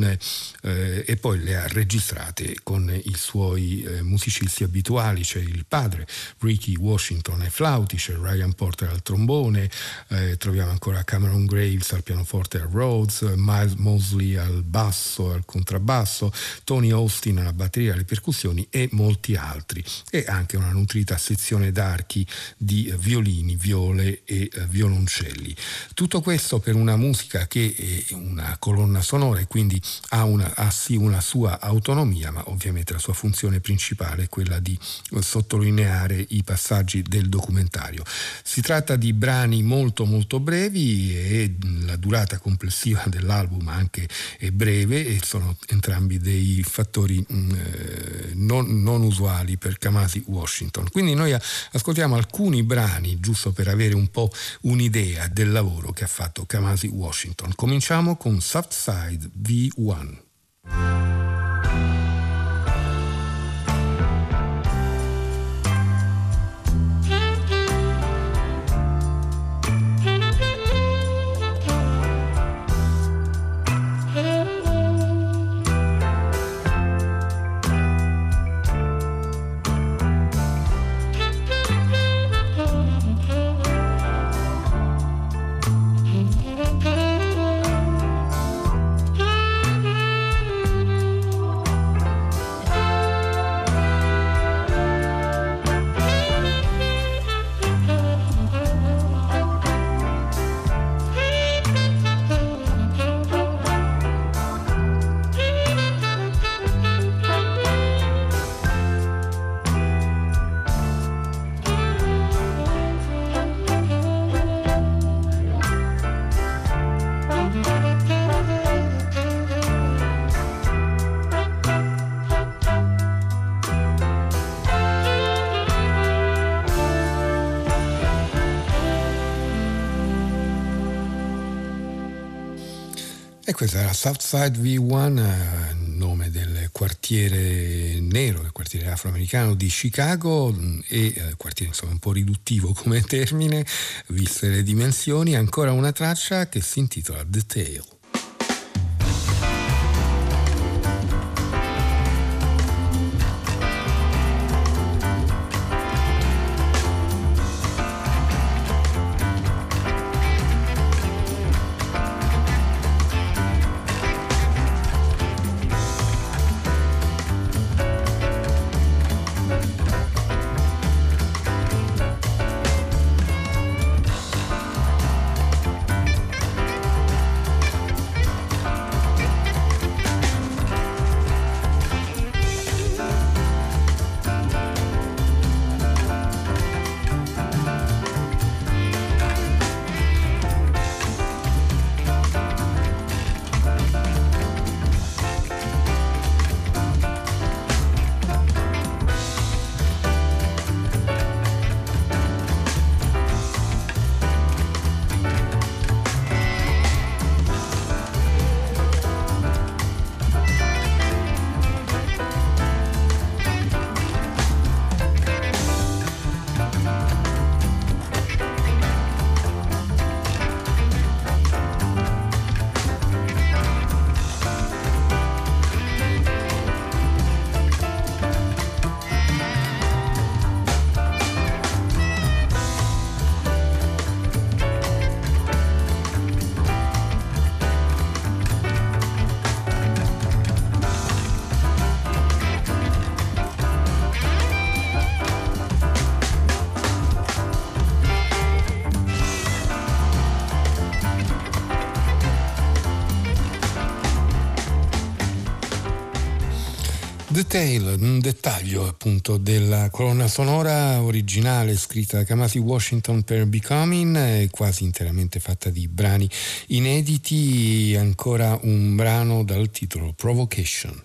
e poi le ha registrate con i suoi musicisti abituali. C'è il padre Ricky Washington ai flauti, c'è Ryan Porter al trombone, troviamo ancora Cameron Graves al pianoforte al Rhodes, Miles Mosley al basso, al contrabbasso, Tony Austin alla batteria, alle percussioni e molti altri, e anche una nutrita sezione d'archi di violini, viole e violoncelli. Tutto questo per una musica che è una colonna sonora e quindi ha sì una sua autonomia, ma ovviamente la sua funzione principale è quella di sottolineare i passaggi del documentario. Si tratta di brani molto molto brevi e la durata complessiva dell'album anche è breve, e sono entrambi dei fattori non usuali per Kamasi Washington. Quindi noi ascoltiamo alcuni brani giusto per avere un po' un'idea del lavoro che ha fatto Kamasi Washington. Cominciamo con Southside V1. E questa era Southside V1, nome del quartiere nero, del quartiere afroamericano di Chicago, e quartiere insomma un po' riduttivo come termine, viste le dimensioni. Ancora una traccia che si intitola The Tale. Detail, un dettaglio appunto della colonna sonora originale scritta da Kamasi Washington per Becoming, quasi interamente fatta di brani inediti. Ancora un brano dal titolo Provocation.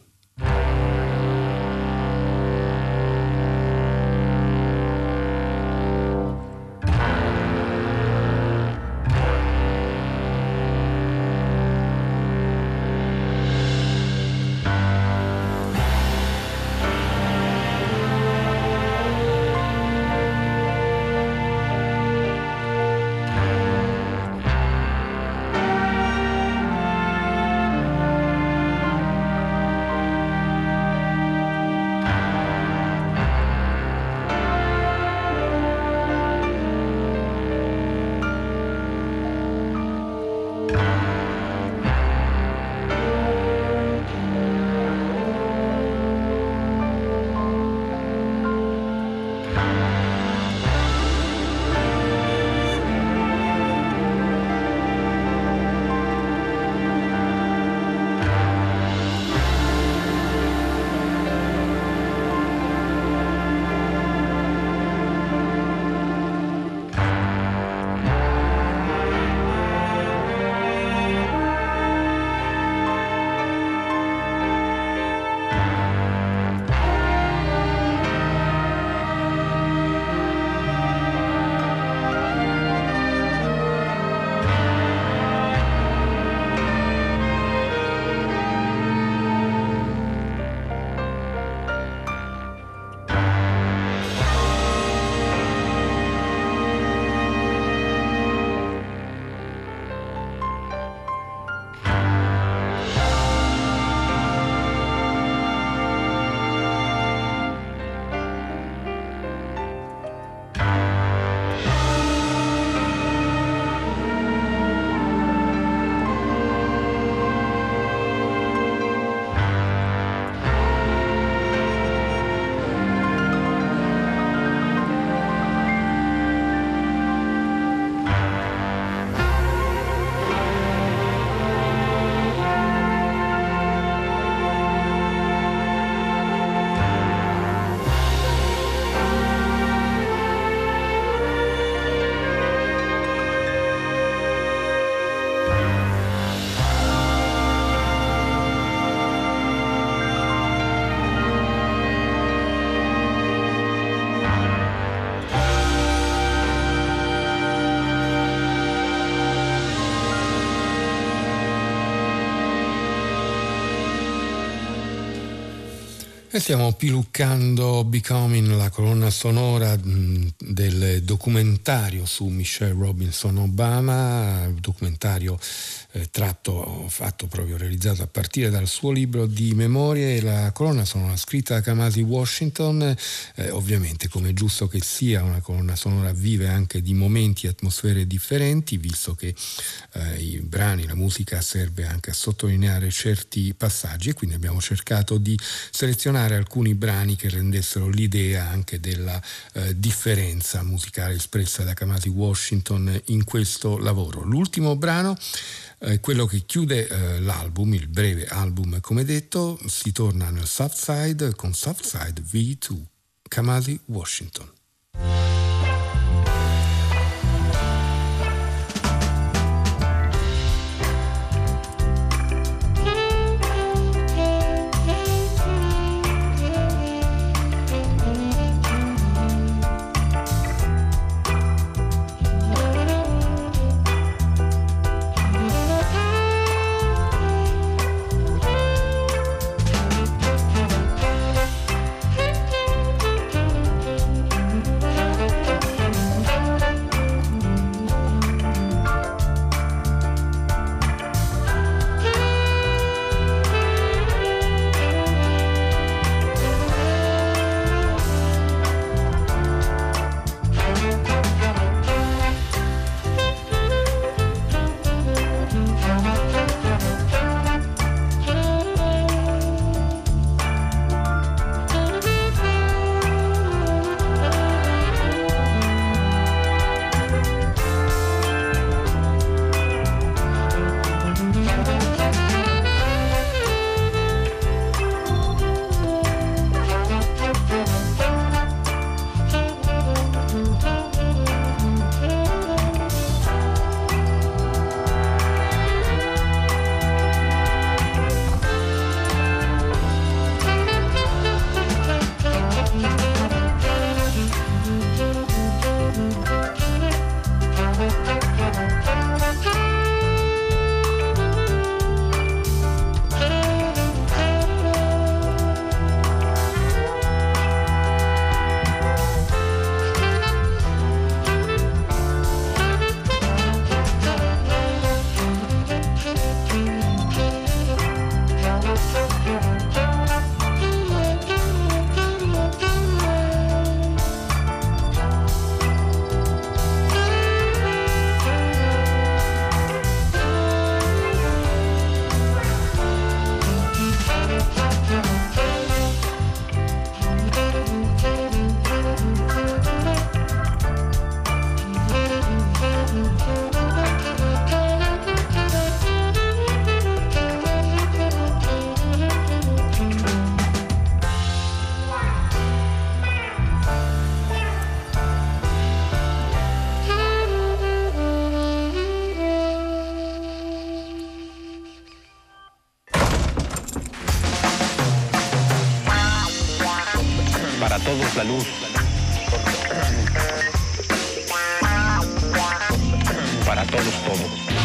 E stiamo piluccando Becoming, la colonna sonora del documentario su Michelle Robinson Obama, documentario realizzato a partire dal suo libro di memorie. La colonna sonora scritta da Kamasi Washington, ovviamente come è giusto che sia, una colonna sonora vive anche di momenti e atmosfere differenti, visto che i brani, la musica serve anche a sottolineare certi passaggi, e quindi abbiamo cercato di selezionare alcuni brani che rendessero l'idea anche della differenza musicale espressa da Kamasi Washington in questo lavoro. L'ultimo brano, quello che chiude l'album, il breve album come detto, si torna nel South Side con South Side V2, Kamasi Washington. Para todos la luz. Para todos todo.